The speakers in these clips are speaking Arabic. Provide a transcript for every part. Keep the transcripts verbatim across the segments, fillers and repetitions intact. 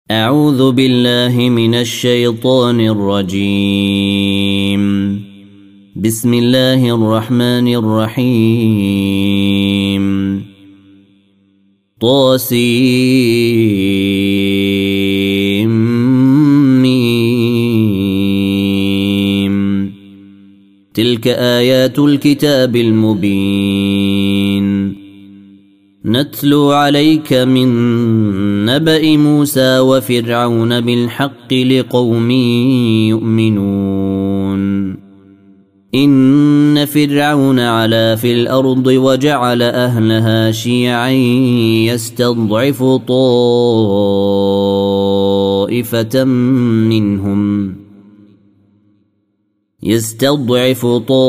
أعوذ بالله من الشيطان الرجيم. بسم الله الرحمن الرحيم. طاسيم ميم. تلك آيات الكتاب المبين. نتلو عليك من نبأ موسى وفرعون بالحق لقوم يؤمنون. إن فرعون علا في الأرض وجعل أهلها شيعا يستضعف طائفة منهم يستضعف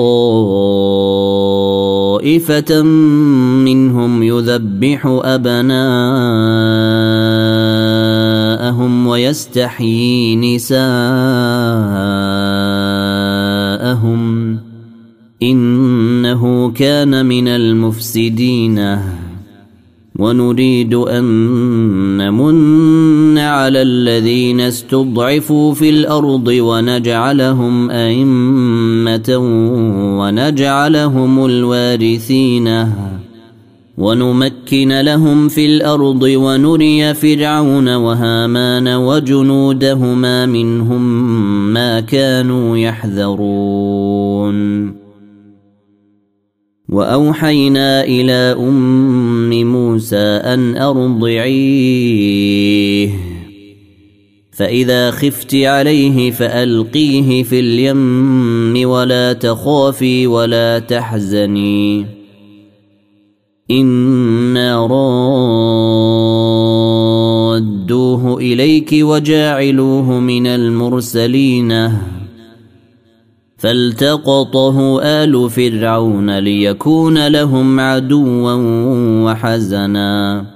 طائفة منهم يذبح أبناءهم ويستحيي نساءهم إنه كان من المفسدين. ونريد أن نمن على الذين استضعفوا في الأرض ونجعلهم أئمة ونجعلهم الوارثين ونمكن لهم في الأرض ونري فرعون وهامان وجنودهما منهم ما كانوا يحذرون. وأوحينا إلى أم موسى أن أرضعيه فإذا خفت عليه فألقيه في اليم ولا تخافي ولا تحزني إنا رادوه إليك وجاعلوه من المرسلين. فالتقطه آل فرعون ليكون لهم عدوا وحزنا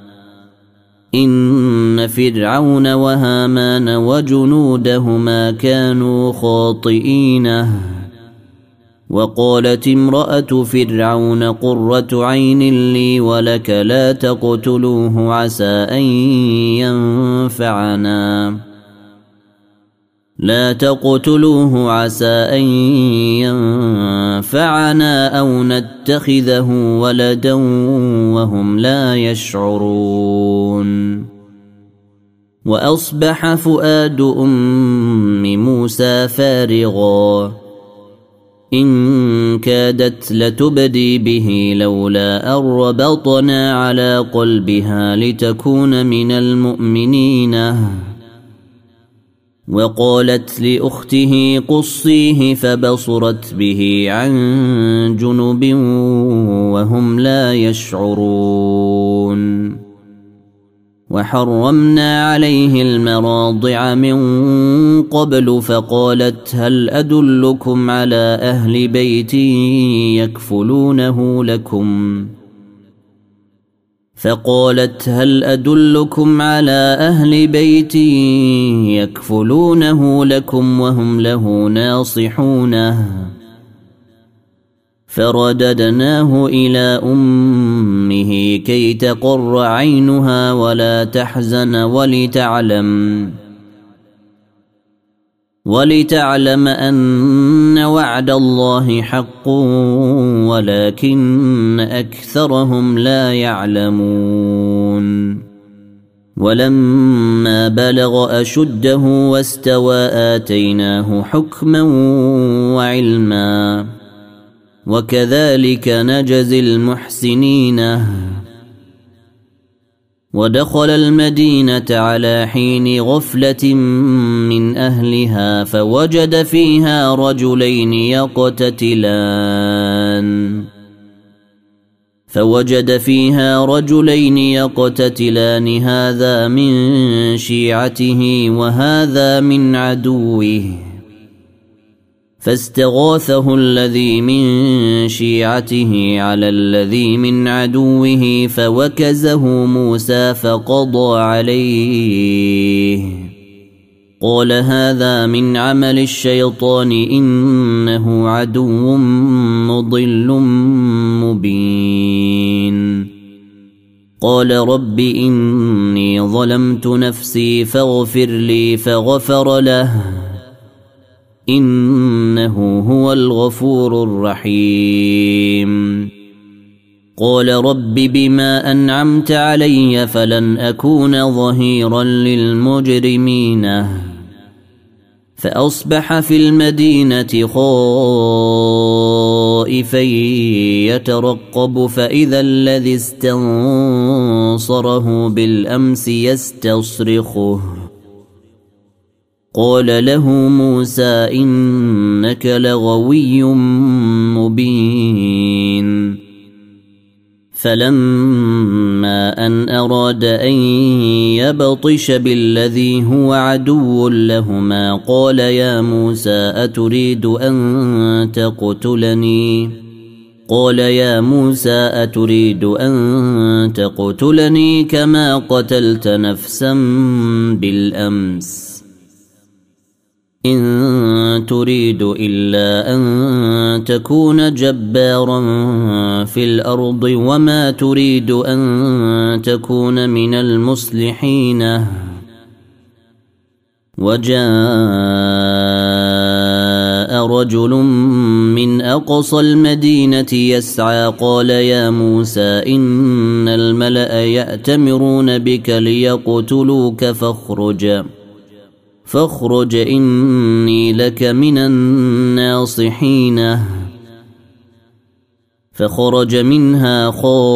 إن فرعون وهامان وجنودهما كانوا خاطئين. وقالت امرأة فرعون قرة عين لي ولك لا تقتلوه عسى أن ينفعنا لا تقتلوه عسى أن ينفعنا أو نتخذه ولدا وهم لا يشعرون. وأصبح فؤاد أم موسى فارغا إن كادت لتبدي به لولا أن ربطنا على قلبها لتكون من المؤمنين. وقالت لأخته قصيه فبصرت به عن جنب وهم لا يشعرون. وحرمنا عليه المراضع من قبل فقالت هل أدلكم على أهل بيت يكفلونه لكم فقالت هل أدلكم على أهل بيت يكفلونه لكم وهم له ناصحونه. فرددناه إلى أمه كي تقر عينها ولا تحزن ولتعلم ولتعلم أن وعد الله حق ولكن أكثرهم لا يعلمون. ولما بلغ أشده واستوى آتيناه حكما وعلما وكذلك نجزي المحسنين. ودخل المدينة على حين غفلة من أهلها فوجد فيها رجلين يقتتلان فوجد فيها رجلين يقتتلان هذا من شيعته وهذا من عدوه فاستغاثه الذي من شيعته على الذي من عدوه فوكزه موسى فقضى عليه قال هذا من عمل الشيطان إنه عدو مضل مبين. قال رب إني ظلمت نفسي فاغفر لي فغفر له إنه هو الغفور الرحيم. قال رب بما أنعمت علي فلن أكون ظهيرا للمجرمين. فأصبح في المدينة خائفا يترقب فإذا الذي استنصره بالأمس يستصرخه. قال له موسى إنك لغوي مبين. فلما أن أراد أن يبطش بالذي هو عدو لهما قال يا موسى أتريد أن تقتلني قال يا موسى أتريد أن تقتلني كما قتلت نفسا بالأمس إن تريد إلا أن تكون جبارا في الأرض وما تريد أن تكون من المصلحين. وجاء رجل من أقصى المدينة يسعى قال يا موسى إن الملأ يأتمرون بك ليقتلوك فاخرج فاخرج إني لك من الناصحين. فخرج منها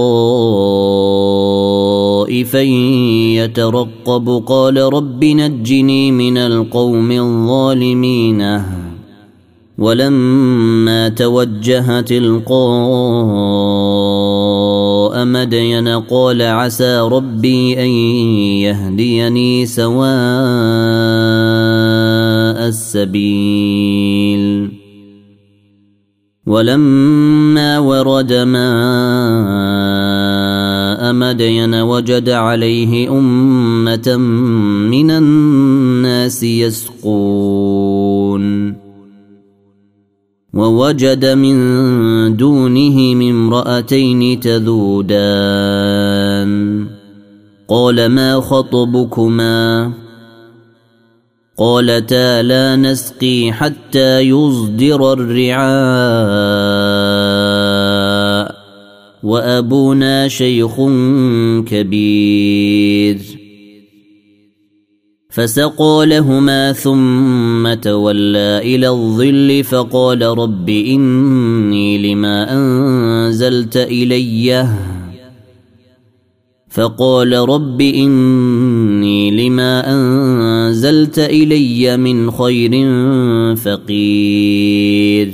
خائفا يترقب قال رب نجني من القوم الظالمين. ولما توجه تلقاء مدين قال عسى ربي أن يهديني سواء السبيل. ولما ورد ماء مدين وجد عليه أمة من الناس يسقون ووجد من دونهم امرأتين تذودان قال ما خطبكما قالتا لا نسقي حتى يصدر الرعاء وأبونا شيخ كبير. فسقى لهما ثم تولى إلى الظل فقال رب إني لما أنزلت إلي فقال رب إني لما أنزلت إلي من خير فقير.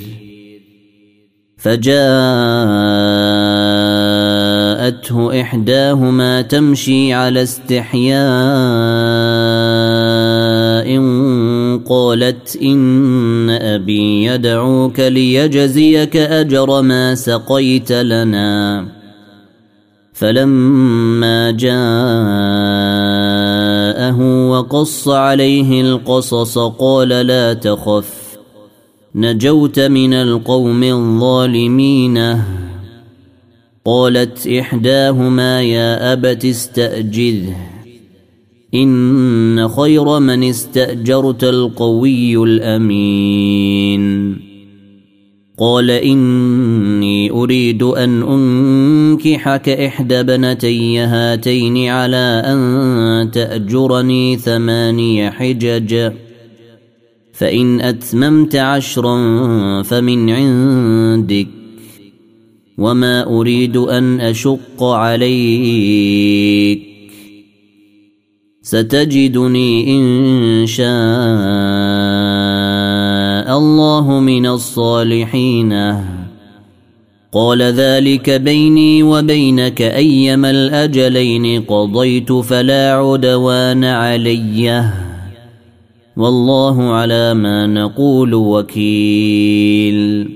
فجاءته إحداهما تمشي على استحياء قالت إن أبي يدعوك ليجزيك أجر ما سقيت لنا. فلما جاءه وقص عليه القصص قال لا تخف نجوت من القوم الظالمين. قالت إحداهما يا أبت استأجره إن خير من استأجرت القوي الأمين. قال إني أريد أن أنكحك إحدى بنتي هاتين على أن تأجرني ثماني حجج فإن أتممت عشرا فمن عندك وما أريد أن أشق عليك ستجدني إن شاء الله من الصالحين. قال ذلك بيني وبينك أيما الأجلين قضيت فلا عدوان علي والله على ما نقول وكيل.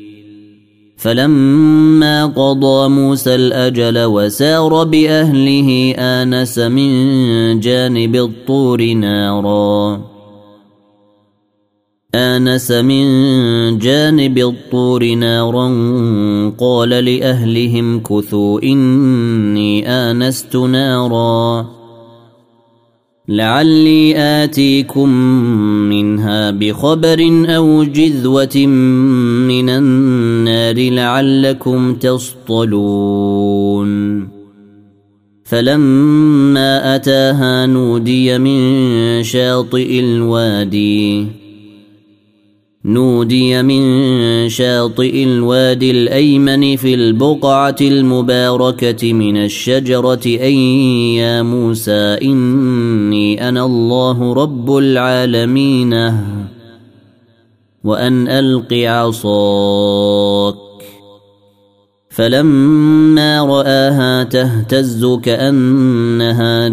فلما قضى موسى الأجل وسار بأهله آنس من جانب الطور نارا آنس من جانب الطور نارا قال لأهلهم كثوا إني آنست نارا لعلي آتيكم منها بخبر أو جذوة من النار لعلكم تصطلون فلما أتاها نودي من شاطئ الوادي نودي من شاطئ الوادي الأيمن في البقعة المباركة من الشجرة أي يا موسى إني أنا الله رب العالمين وأن ألق عصاك فلما رآها تهتز كأنها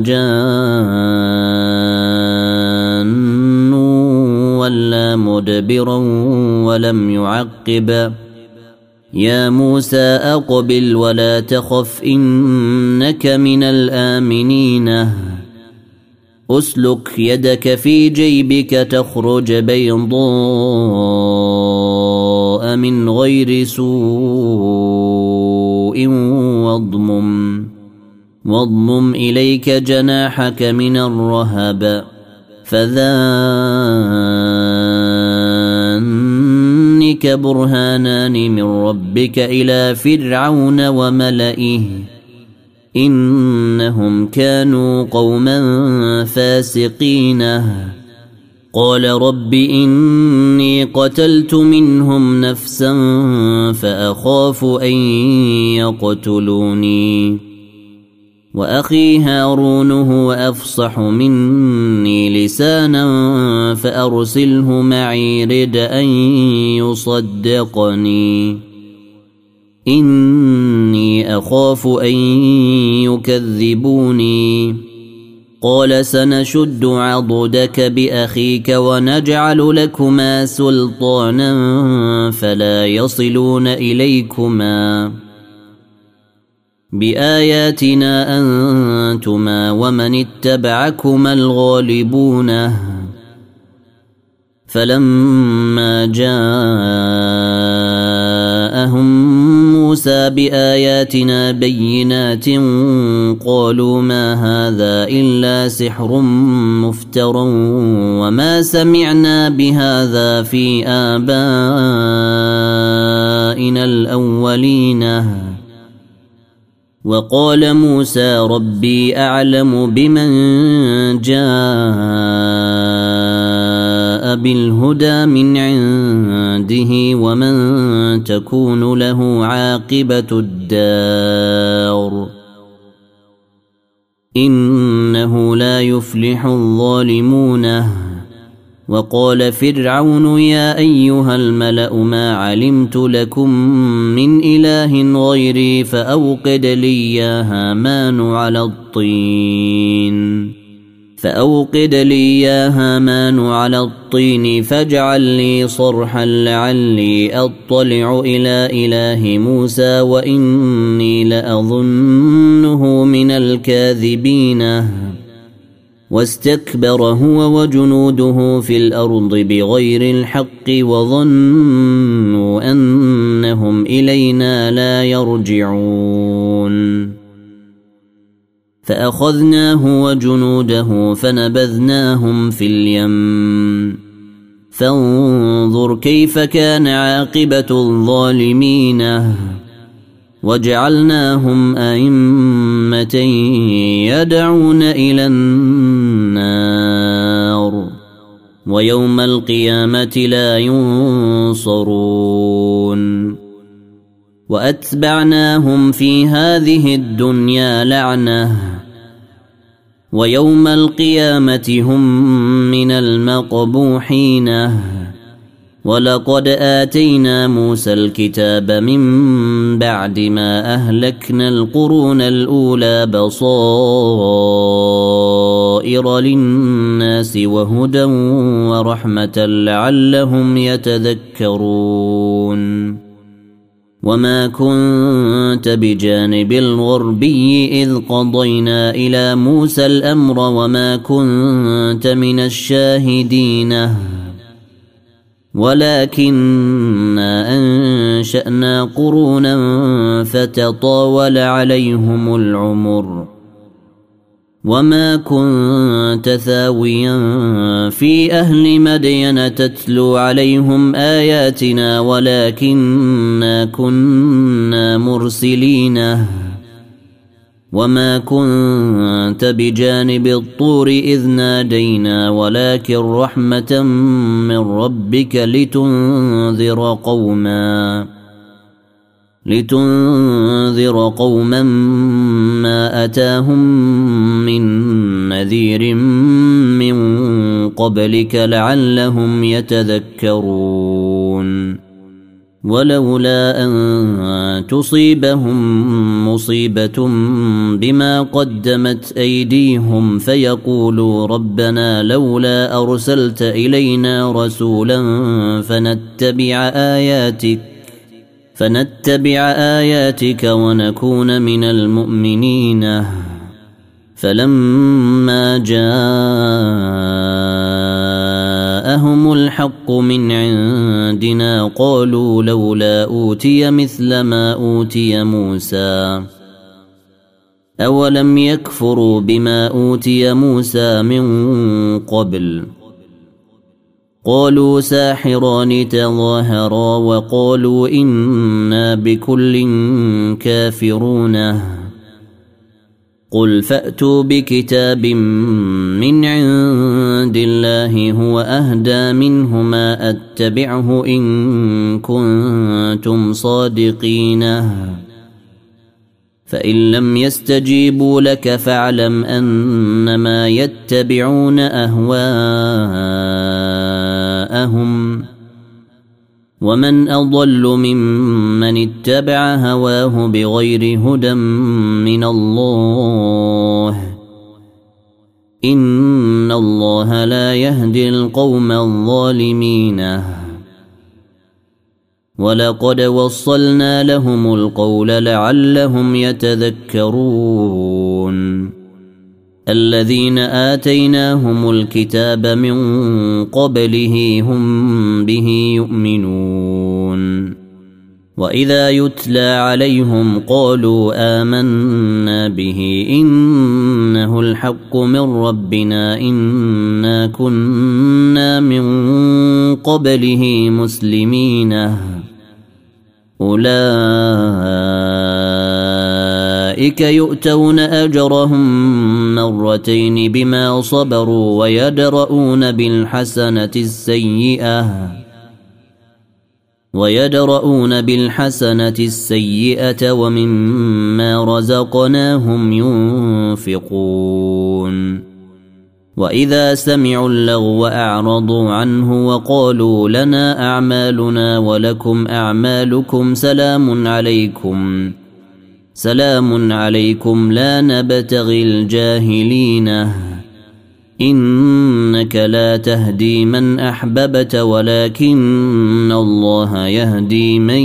جان ولا مدبرا ولم يعقب يا موسى أقبل ولا تخف إنك من الآمنين أسلك يدك في جيبك تخرج بيضاء من غير سوء واضمم واضمم إليك جناحك من الرهب فذلك برهانان من ربك إلى فرعون وملئه إنهم كانوا قوما فاسقين قال رب إني قتلت منهم نفسا فأخاف أن يقتلوني وأخي هارون هو أفصح مني لسانا فأرسله معي رد أن يصدقني إني أخاف أن يكذبوني قال سنشد عضدك بأخيك ونجعل لكما سلطانا فلا يصلون إليكما بآياتنا أنتما ومن اتبعكما الغالبون فلما جاءهم موسى بآياتنا بينات قالوا ما هذا إلا سحر مفترى وما سمعنا بهذا في آبائنا الأولين وقال موسى ربي أعلم بمن جاء بالهدى من عنده ومن تكون له عاقبة الدار إنه لا يفلح الظالمون وقال فرعون يا أيها الملأ ما علمت لكم من إله غيري فأوقد لي يا هامان على الطين فأوقد لي يا هامان على الطين فاجعل لي صرحا لعلي أطلع إلى إله موسى وإني لأظنه من الكاذبين واستكبر هو وجنوده في الأرض بغير الحق وظنوا أنهم إلينا لا يرجعون فأخذناه وجنوده فنبذناهم في اليم فانظر كيف كان عاقبة الظالمين وجعلناهم أئمة يدعون إلى النار ويوم القيامة لا ينصرون وأتبعناهم في هذه الدنيا لعنة ويوم القيامة هم من المقبوحين ولقد آتينا موسى الكتاب من بعد ما أهلكنا القرون الأولى بصائر للناس وهدى ورحمة لعلهم يتذكرون وما كنت بجانب الغربي إذ قضينا إلى موسى الأمر وما كنت من الشاهدين ولكننا أنشأنا قرونا فتطاول عليهم العمر وما كنت ثاويا في أهل مدين تتلو عليهم آياتنا ولكننا كنا مرسلين وما كنت بجانب الطور إذ نادينا ولكن رحمة من ربك لتنذر قوما لتنذر قوما ما أتاهم من نذير من قبلك لعلهم يتذكرون ولولا أن تصيبهم مصيبة بما قدمت أيديهم فيقولوا ربنا لولا أرسلت إلينا رسولا فنتبع آياتك فنتبع آياتك ونكون من المؤمنين فلما جاءهم الحق من عندنا قالوا لولا أوتي مثل ما أوتي موسى أولم يكفروا بما أوتي موسى من قبل قالوا ساحران تظاهرا وقالوا إنا بكل كافرون قل فأتوا بكتاب من عند الله هو أهدى منهما أتبعه إن كنتم صادقين فإن لم يستجيبوا لك فاعلم أنما يتبعون أهواءهم ومن أضل ممن اتبع هواه بغير هدى من الله إن الله لا يهدي القوم الظالمين ولقد وصلنا لهم القول لعلهم يتذكرون الذين آتيناهم الكتاب من قبله هم به يؤمنون وإذا يتلى عليهم قالوا آمنا به إنه الحق من ربنا إنا كنا من قبله مسلمين أولئك يؤتون أجرهم مرتين بما صبروا ويدرؤون بالحسنة السيئة ويدرؤون بالحسنة السيئة ومما رزقناهم ينفقون وإذا سمعوا اللغو أعرضوا عنه وقالوا لنا أعمالنا ولكم أعمالكم سلام عليكم سلام عليكم لا نبتغي الجاهلين إنك لا تهدي من أحببت ولكن الله يهدي من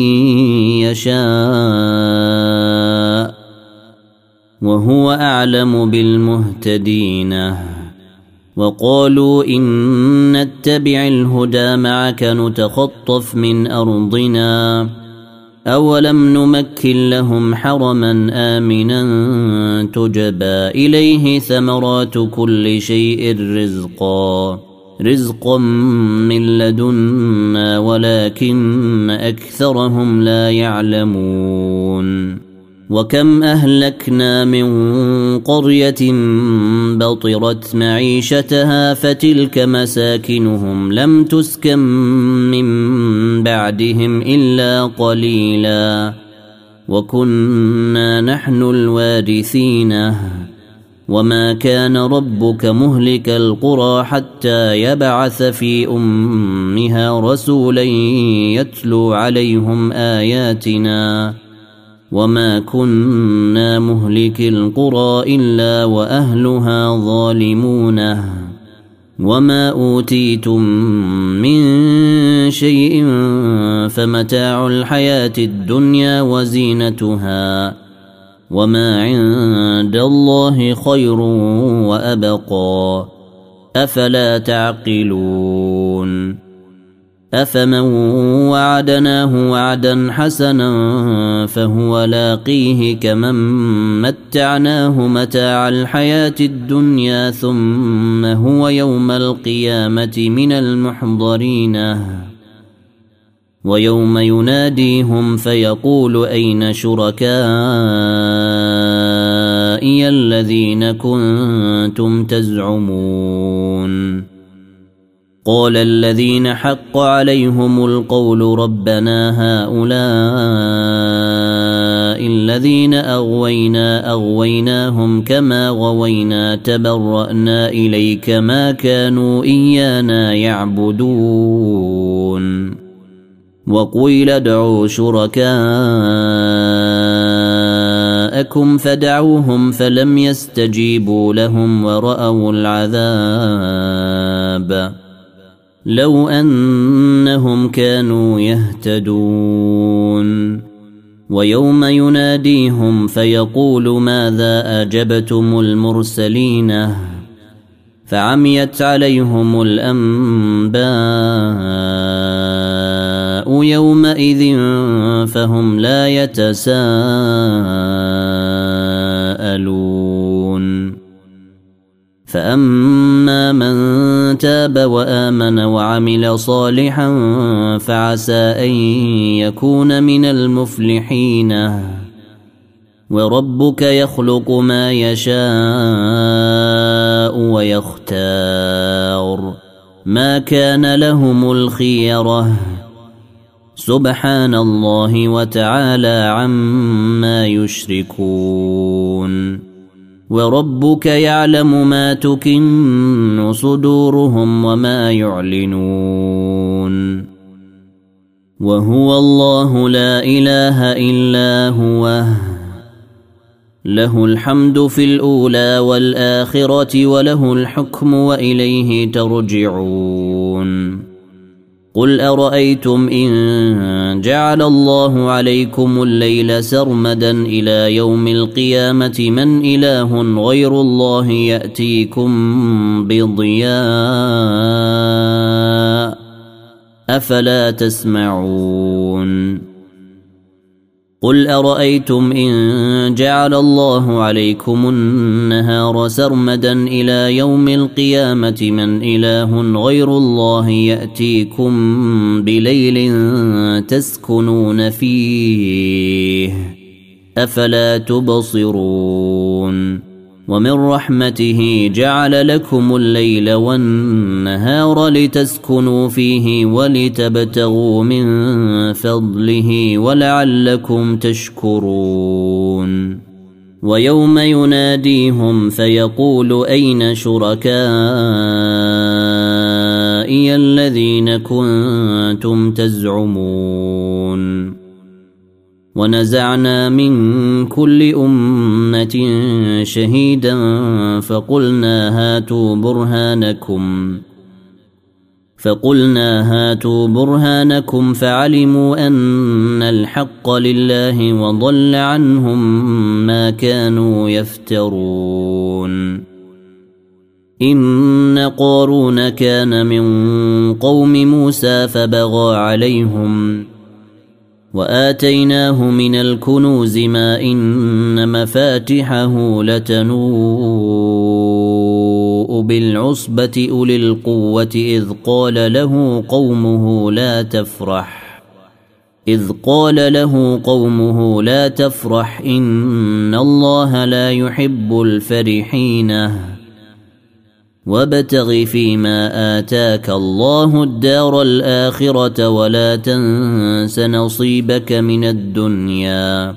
يشاء وهو أعلم بالمهتدين وقالوا إن نتبع الهدى معك نتخطف من أرضنا أولم نمكن لهم حرما آمنا تجبى إليه ثمرات كل شيء رزقا رزقا من لدنا ولكن أكثرهم لا يعلمون وكم أهلكنا من قرية بطرت معيشتها فتلك مساكنهم لم تسكن من بعدهم إلا قليلا وكنا نحن الوارثين وما كان ربك مهلك القرى حتى يبعث في أمها رسولا يتلو عليهم آياتنا وما كنا مهلك القرى إلا وأهلها ظالمون وما أوتيتم من شيء فمتاع الحياة الدنيا وزينتها وما عند الله خير وأبقى أفلا تعقلون أفمن وعدناه وعدا حسنا فهو لاقيه كمن متعناه متاع الحياة الدنيا ثم هو يوم القيامة من المحضرين ويوم يناديهم فيقول أين شركائي الذين كنتم تزعمون قال الذين حق عليهم القول ربنا هؤلاء الذين أغوينا أغويناهم كما غوينا تبرأنا إليك ما كانوا إيانا يعبدون وقيل ادعوا شركاءكم فدعوهم فلم يستجيبوا لهم ورأوا العذاب لو أنهم كانوا يهتدون ويوم يناديهم فيقول ماذا أجبتم المرسلين فعميت عليهم الأنباء يومئذ فهم لا يتساءلون فأما من تاب وآمن وعمل صالحا فعسى أن يكون من المفلحين وربك يخلق ما يشاء ويختار ما كان لهم الخيرة سبحان الله وتعالى عما يشركون وربك يعلم ما تكن صدورهم وما يعلنون وهو الله لا إله إلا هو له الحمد في الأولى والآخرة وله الحكم وإليه ترجعون قل أرأيتم إن جعل الله عليكم الليل سرمدا إلى يوم القيامة من إله غير الله يأتيكم بضياء أفلا تسمعون قل أرأيتم إن جعل الله عليكم النهار سرمدا إلى يوم القيامة من إله غير الله يأتيكم بليل تسكنون فيه أفلا تبصرون ومن رحمته جعل لكم الليل والنهار لتسكنوا فيه ولتبتغوا من فضله ولعلكم تشكرون ويوم يناديهم فيقول أين شركائي الذين كنتم تزعمون ونزعنا من كل أمة شهيدا فقلنا هاتوا برهانكم فقلنا هاتوا برهانكم فعلموا أن الحق لله وضل عنهم ما كانوا يفترون إن قارون كان من قوم موسى فبغى عليهم وآتيناه من الكنوز ما إن مفاتحه لتنوء بالعصبة أولي القوة إذ قال له قومه لا تفرح إذ قال له قومه لا تفرح إن الله لا يحب الفرحين وابتغ فيما آتاك الله الدار الآخرة ولا تنس نصيبك من الدنيا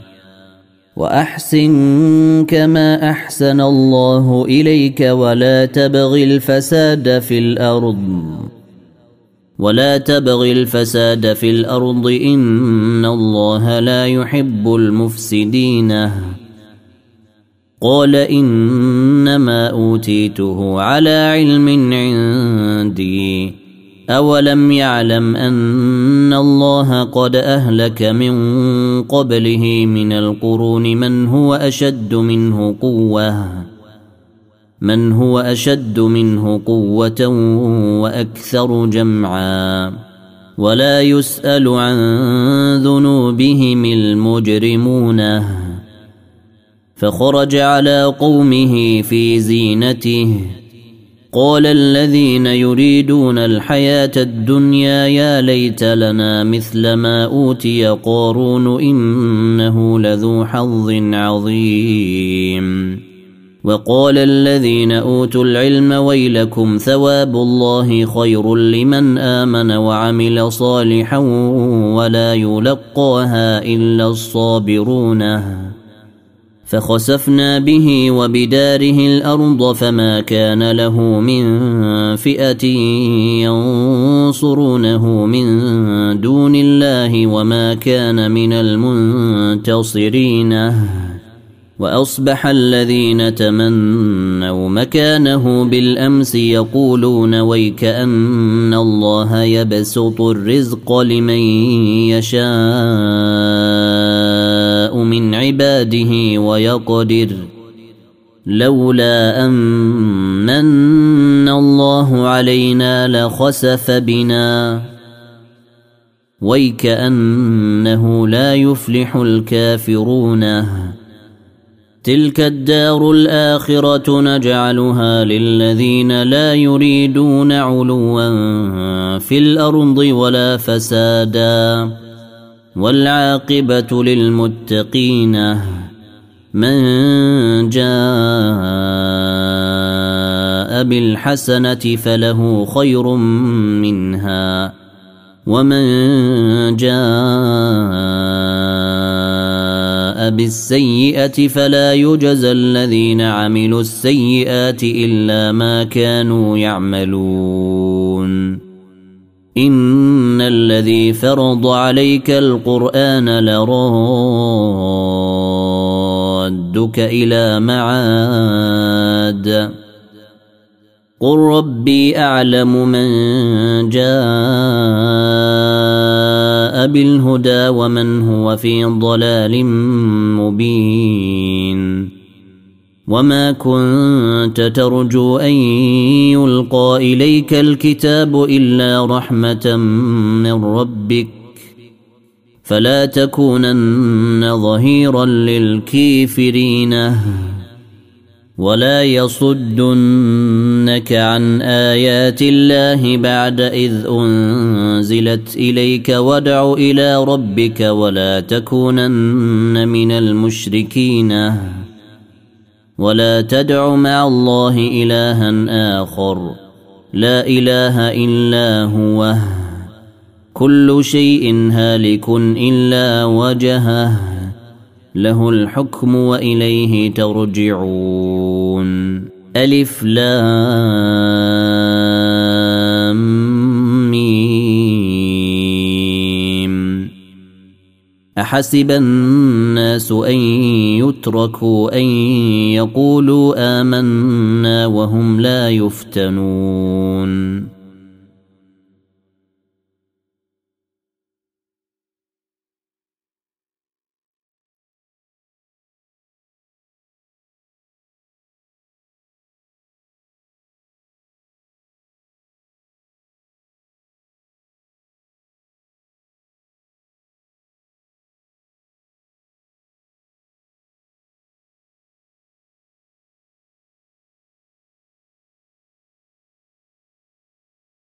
وأحسن كما أحسن الله إليك ولا تبغ الفساد في الأرض ولا تبغ الفساد في الأرض إن الله لا يحب المفسدين قال إنما أوتيته على علم عندي أولم يعلم أن الله قد أهلك من قبله من القرون من هو أشد منه قوة من هو أشد منه قوة وأكثر جمعا ولا يسأل عن ذنوبهم المجرمون. فخرج على قومه في زينته قال الذين يريدون الحياة الدنيا يا ليت لنا مثل ما أوتي قارون إنه لذو حظ عظيم. وقال الذين أوتوا العلم ويلكم ثواب الله خير لمن آمن وعمل صالحا ولا يلقاها إلا الصابرون. فخسفنا به وبداره الأرض فما كان له من فئة ينصرونه من دون الله وما كان من المنتصرين. وأصبح الذين تمنوا مكانه بالأمس يقولون ويكأن الله يبسط الرزق لمن يشاء من عباده ويقدر لولا أمن الله علينا لخسف بنا ويكأنه لا يفلح الكافرون. تلك الدار الآخرة نجعلها للذين لا يريدون علوا في الأرض ولا فسادا والعاقبة للمتقين. من جاء بالحسنة فله خير منها ومن جاء بالسيئة فلا يجزى الذين عملوا السيئات إلا ما كانوا يعملون. إن الذي فرض عليك القرآن لرادك إلى معاد قل ربي أعلم من جاء بالهدى ومن هو في ضلال مبين. وما كنت ترجو أن يلقى إليك الكتاب إلا رحمة من ربك فلا تكونن ظهيرا للكافرين ولا يصدنك عن آيات الله بعد إذ أنزلت إليك وادع إلى ربك ولا تكونن من المشركين. ولا تدع مع الله إلها آخر لا إله إلا هو كل شيء هالك إلا وجهه له الحكم وإليه ترجعون. ألف لام ميم. أحسب الناس أن يتركوا أن يقولوا آمنا وهم لا يفتنون.